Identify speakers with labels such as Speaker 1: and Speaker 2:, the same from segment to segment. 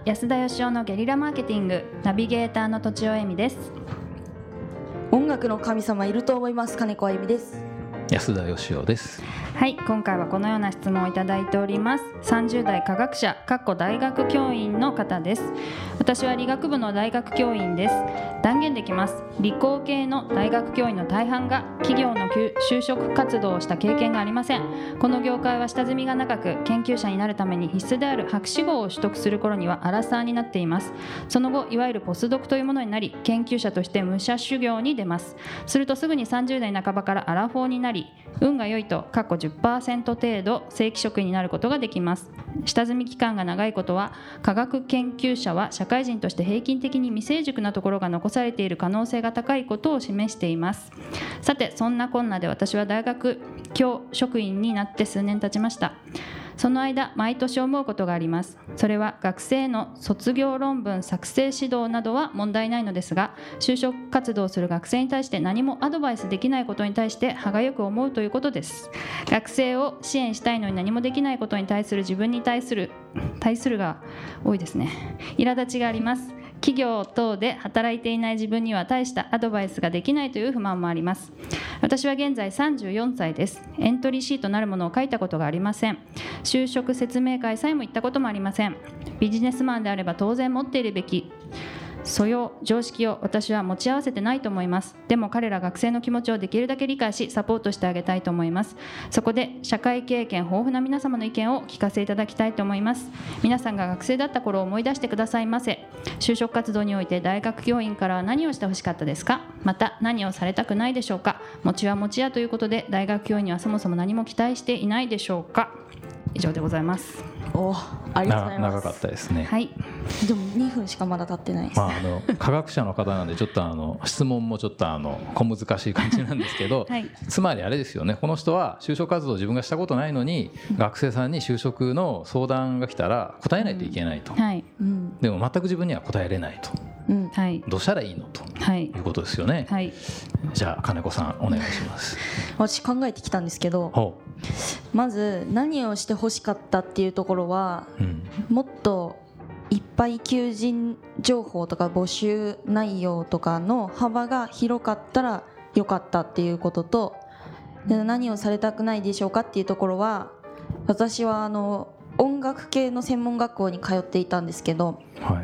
Speaker 1: 安田義雄のゲリラマーケティングナビゲーターのとちおえみです。
Speaker 2: 音楽の神様いると思います。金子あゆみです。
Speaker 3: 安田義雄です。
Speaker 1: はい、今回はこのような質問をいただいております。30代科学者大学教員の方です。私は理学部の大学教員です。断言できます。理工系の大学教員の大半が企業の就職活動をした経験がありません。この業界は下積みが長く、研究者になるために必須である博士号を取得する頃にはアラサーになっています。その後いわゆるポスドクというものになり、研究者として武者修行に出ます。するとすぐに30代半ばからアラフォーになり、運が良いと10% 程度正規職員になることができます。下積み期間が長いことは、科学研究者は社会人として平均的に未成熟なところが残されている可能性が高いことを示しています。さて、そんなこんなで私は大学教職員になって数年経ちました。その間、毎年思うことがあります。それは学生の卒業論文作成指導などは問題ないのですが、就職活動する学生に対して何もアドバイスできないことに対して歯がゆく思うということです。学生を支援したいのに何もできないことに対する自分に対するが多いですね。苛立ちがあります。企業等で働いていない自分には大したアドバイスができないという不満もあります。私は現在34歳です。エントリーシートなるものを書いたことがありません。就職説明会さえも行ったこともありません。ビジネスマンであれば当然持っているべき素養、常識を私は持ち合わせてないと思います。でも彼ら学生の気持ちをできるだけ理解し、サポートしてあげたいと思います。そこで社会経験豊富な皆様の意見を聞かせいただきたいと思います。皆さんが学生だった頃を思い出してくださいませ。就職活動において大学教員からは何をしてほしかったですか？また何をされたくないでしょうか？餅は餅屋ということで、大学教員にはそもそも何も期待していないでしょうか？以上でございます。
Speaker 2: ありがとうございます。
Speaker 3: 長かったですね。
Speaker 1: はい。
Speaker 2: でも2分しかまだ経ってないです。
Speaker 3: 科学者の方なんでちょっと質問もちょっと小難しい感じなんですけど、はい、つまりあれですよね。この人は就職活動を自分がしたことないのに、学生さんに就職の相談が来たら答えないといけないと、はい、でも全く自分には答えれないと、はい、どうしたらいいのと、はい、いうことですよね。はい、じゃあ金子さんお願いします。
Speaker 2: 私考えてきたんですけど、まず何をしてほしかったっていうところは、もっといっぱい求人情報とか募集内容とかの幅が広かったらよかったっていうことと、で何をされたくないでしょうかっていうところは、私は音楽系の専門学校に通っていたんですけど、はい、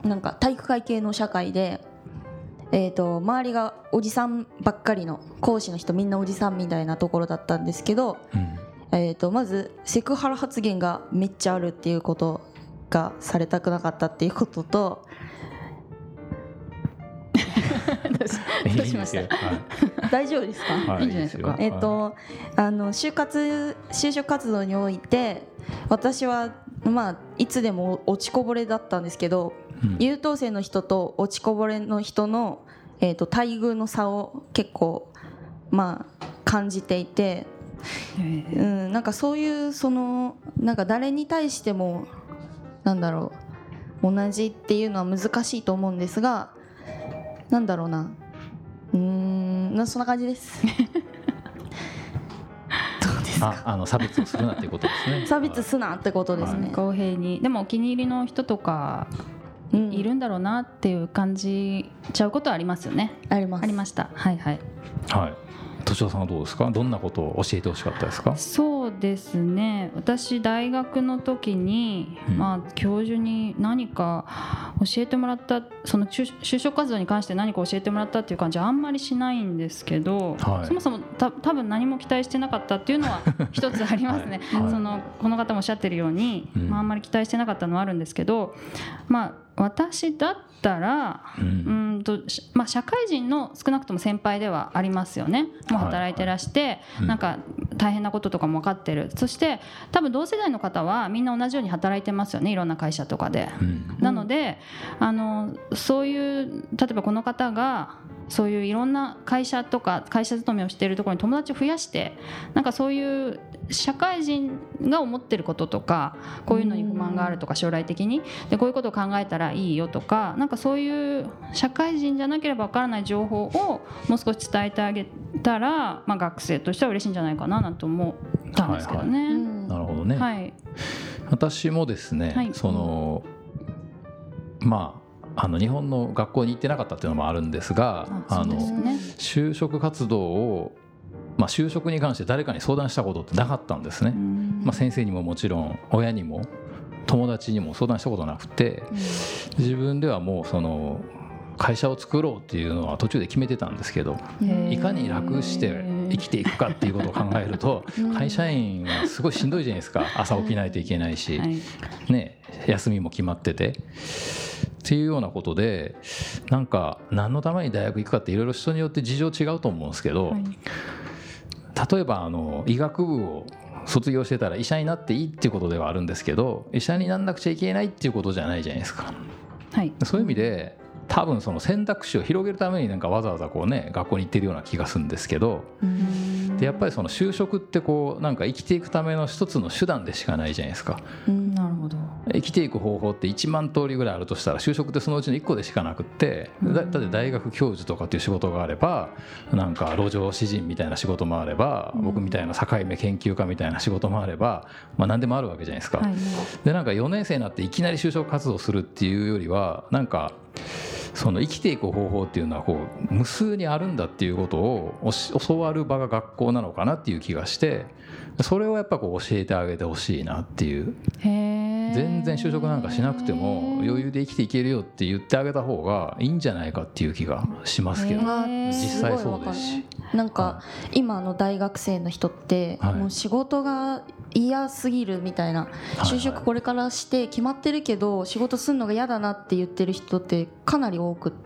Speaker 2: なんか体育会系の社会で、周りがおじさんばっかりの講師の人みんなおじさんみたいなところだったんですけど、まずセクハラ発言がめっちゃあるっていうことがされたくなかったっていうこととどうしました？大丈夫ですか？いいんじゃないでしょうか。就職活動において私はいつでも落ちこぼれだったんですけど、優等生の人と落ちこぼれの人の、待遇の差を結構感じていて、なんかそういうなんか誰に対しても同じっていうのは難しいと思うんですが、そんな感じです。
Speaker 3: 差別をするなっていうことですね。
Speaker 2: 差別すなってことですね。
Speaker 1: 公平に。でもお気に入りの人とかいるんだろうなっていう感じちゃうことはありますよね。ありました。はいはい
Speaker 3: はい。とちおさんはどうですか？どんなことを教えてほしかったですか？
Speaker 1: そうですね、私大学の時に、教授に何か教えてもらった、その就職活動に関して何か教えてもらったっていう感じはあんまりしないんですけど、はい、そもそも多分何も期待してなかったっていうのは一つありますね。はいはい、この方もおっしゃってるように、あんまり期待してなかったのはあるんですけど、私だったら、社会人の少なくとも先輩ではありますよね。もう働いてらして、なんか大変なこととかも分かってる。そして多分同世代の方はみんな同じように働いてますよね、いろんな会社とかで。なのでそういう例えばこの方がそういういろんな会社とか会社勤めをしているところに友達を増やして、なんかそういう社会人が思ってることとか、こういうのに不満があるとか、将来的にでこういうことを考えたらいいよとか、なんかそういう社会人じゃなければわからない情報をもう少し伝えてあげたら、学生としては嬉しいんじゃないかななんて思ったんですけどね。
Speaker 3: なるほどね。はい、私もですね、 まあ日本の学校に行ってなかったっていうのもあるんですが、就職活動を、就職に関して誰かに相談したことってなかったんですね。先生にももちろん親にも友達にも相談したことなくて、自分ではもうその会社を作ろうっていうのは途中で決めてたんですけど、いかに楽して生きていくかっていうことを考えると会社員はすごいしんどいじゃないですか。朝起きないといけないし、休みも決まっててっていうようなことで、なんか何のために大学行くかっていろいろ人によって事情違うと思うんですけど、例えば医学部を卒業してたら医者になっていいっていうことではあるんですけど、医者にならなくちゃいけないっていうことじゃないじゃないですか。そういう意味で多分その選択肢を広げるためになんかわざわざこうね学校に行ってるような気がするんですけど、でやっぱりその就職ってこうなんか生きていくための一つの手段でしかないじゃないですか。
Speaker 1: なるほど。
Speaker 3: 生きていく方法って1万通りぐらいあるとしたら就職ってそのうちの1個でしかなくって、だって大学教授とかっていう仕事があれば、なんか路上詩人みたいな仕事もあれば、僕みたいな境目研究家みたいな仕事もあれば、何でもあるわけじゃないですか。でなんか4年生になっていきなり就職活動するっていうよりは、なんかその生きていく方法っていうのはこう無数にあるんだっていうことを教わる場が学校なのかなっていう気がして、それをやっぱこう教えてあげてほしいなっていう。全然就職なんかしなくても余裕で生きていけるよって言ってあげた方がいいんじゃないかっていう気がしますけど、実際そうですし、
Speaker 2: なんか今の大学生の人ってもう仕事が嫌すぎるみたいな、就職これからして決まってるけど仕事するのが嫌だなって言ってる人ってかなり多くって、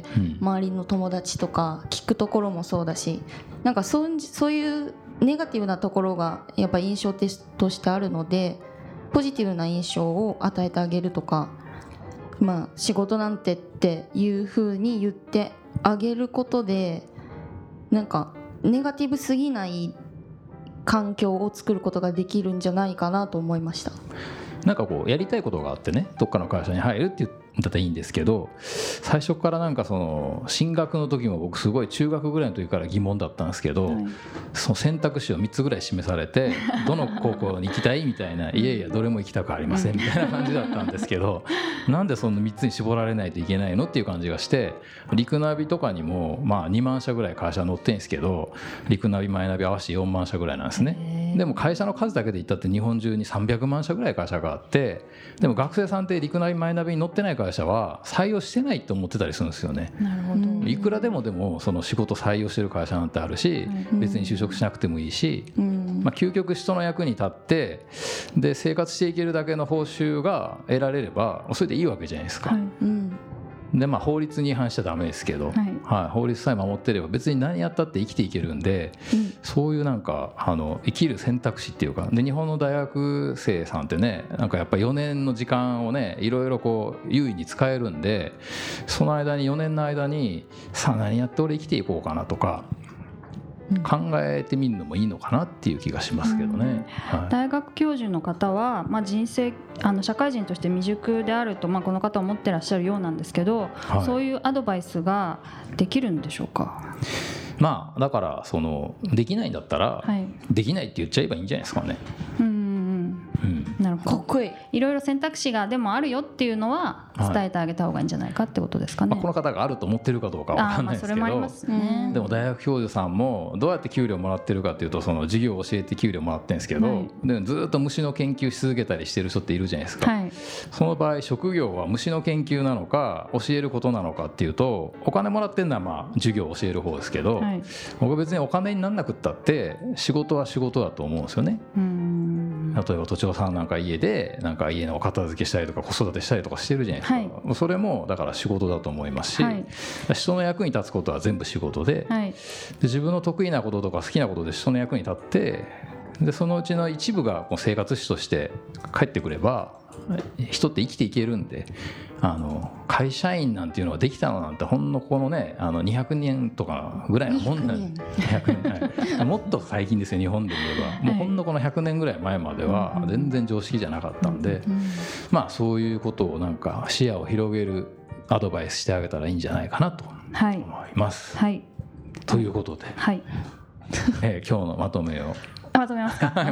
Speaker 2: 周りの友達とか聞くところもそうだし、なんかそういうネガティブなところがやっぱり印象としてあるので、ポジティブな印象を与えてあげるとか、仕事なんてっていう風に言ってあげることで、なんかネガティブすぎない環境を作ることができるんじゃないかなと思いました。
Speaker 3: なんかこうやりたいことがあってね、どっかの会社に入るって言ったらいいんですけど、最初からなんかその進学の時も僕すごい中学ぐらいの時から疑問だったんですけど、その選択肢を3つぐらい示されて、どの高校に行きたいみたいな、いやいやどれも行きたくありませんみたいな感じだったんですけど、なんでその3つに絞られないといけないのっていう感じがして、陸ナビとかにも2万社ぐらい会社載ってんですけど、陸ナビマイナビ合わせて4万社ぐらいなんですね。でも会社の数だけで言ったって日本中に300万社ぐらい会社があって、でも学生さんって陸ナビマイナビに載ってない会社は採用してないと思ってたりするんですよね。
Speaker 1: なるほど。
Speaker 3: いくらでもその仕事採用してる会社なんてあるし、別に就職しなくてもいいし、究極人の役に立ってで生活していけるだけの報酬が得られればそれでいいわけじゃないですか。で法律に違反しちゃダメですけど、法律さえ守ってれば別に何やったって生きていけるんで、そういうなんか生きる選択肢っていうかで、日本の大学生さんってね、なんかやっぱ4年の時間をねいろいろこう優位に使えるんで、その間に4年の間にさあ何やって俺生きていこうかなとか考えてみるのもいいのかなっていう気がしますけどね。
Speaker 1: 大学教授の方は、人生社会人として未熟であると、この方は思ってらっしゃるようなんですけど、そういうアドバイスができるんでしょうか。
Speaker 3: だからできないんだったら、できないって言っちゃえばいいんじゃないですかね。
Speaker 1: なるほど。
Speaker 2: かっこいい。
Speaker 1: いろいろ選択肢がでもあるよっていうのは伝えてあげた方がいいんじゃないかってことですかね。
Speaker 3: この方があると思ってるかどうかは分かんないですけど、
Speaker 1: それもありますね。
Speaker 3: でも大学教授さんもどうやって給料もらってるかっていうと、その授業を教えて給料もらってるんですけど、でずっと虫の研究し続けたりしてる人っているじゃないですか。その場合職業は虫の研究なのか教えることなのかっていうと、お金もらってるのは授業を教える方ですけど、僕は別にお金になんなくったって仕事は仕事だと思うんですよね。例えば都庁さんなんか家でなんか家のお片付けしたりとか子育てしたりとかしてるじゃないですか。それもだから仕事だと思いますし、人の役に立つことは全部仕事で、自分の得意なこととか好きなことで人の役に立って、でそのうちの一部が生活費として返ってくれば人って生きていけるんで、会社員なんていうのができたのなんてほんのこのね200年とかぐらいのもんなん200年、もっと最近ですよ。日本で言えばもうほんのこの100年ぐらい前までは全然常識じゃなかったんで、そういうことをなんか視野を広げるアドバイスしてあげたらいいんじゃないかなと思います。ということで、今日のまとめを
Speaker 1: まとめますか。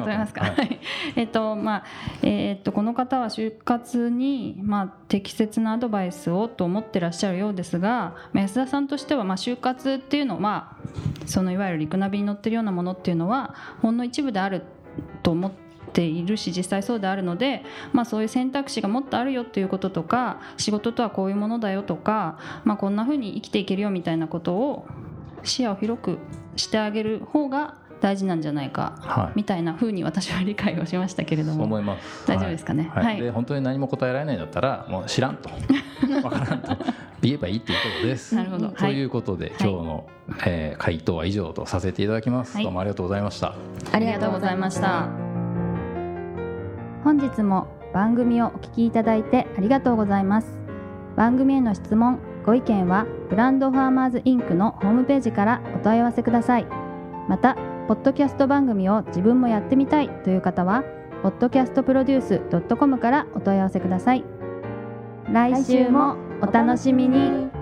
Speaker 1: この方は就活に、適切なアドバイスをと思ってらっしゃるようですが、安田さんとしては、就活っていうのはそのいわゆるリクナビに載ってるようなものっていうのはほんの一部であると思っているし、実際そうであるので、そういう選択肢がもっとあるよっていうこととか、仕事とはこういうものだよとか、こんな風に生きていけるよみたいなことを視野を広くしてあげる方が大事なんじゃないか、みたいな風に私は理解をしましたけれども、
Speaker 3: そう思います。
Speaker 1: 大丈夫ですかね。
Speaker 3: で本当に何も答えられないんだったらもう知らんと分からんと言えばいいっていうことです。
Speaker 1: なるほど。
Speaker 3: ということで、今日の、回答は以上とさせていただきます。どうもありがとうございました。
Speaker 1: ありがとうございました。本日も番組をお聞きいただいてありがとうございます。番組への質問ご意見はブランドファーマーズインクのホームページからお問い合わせください。またポッドキャスト番組を自分もやってみたいという方は podcastproduce.com からお問い合わせください。来週もお楽しみに。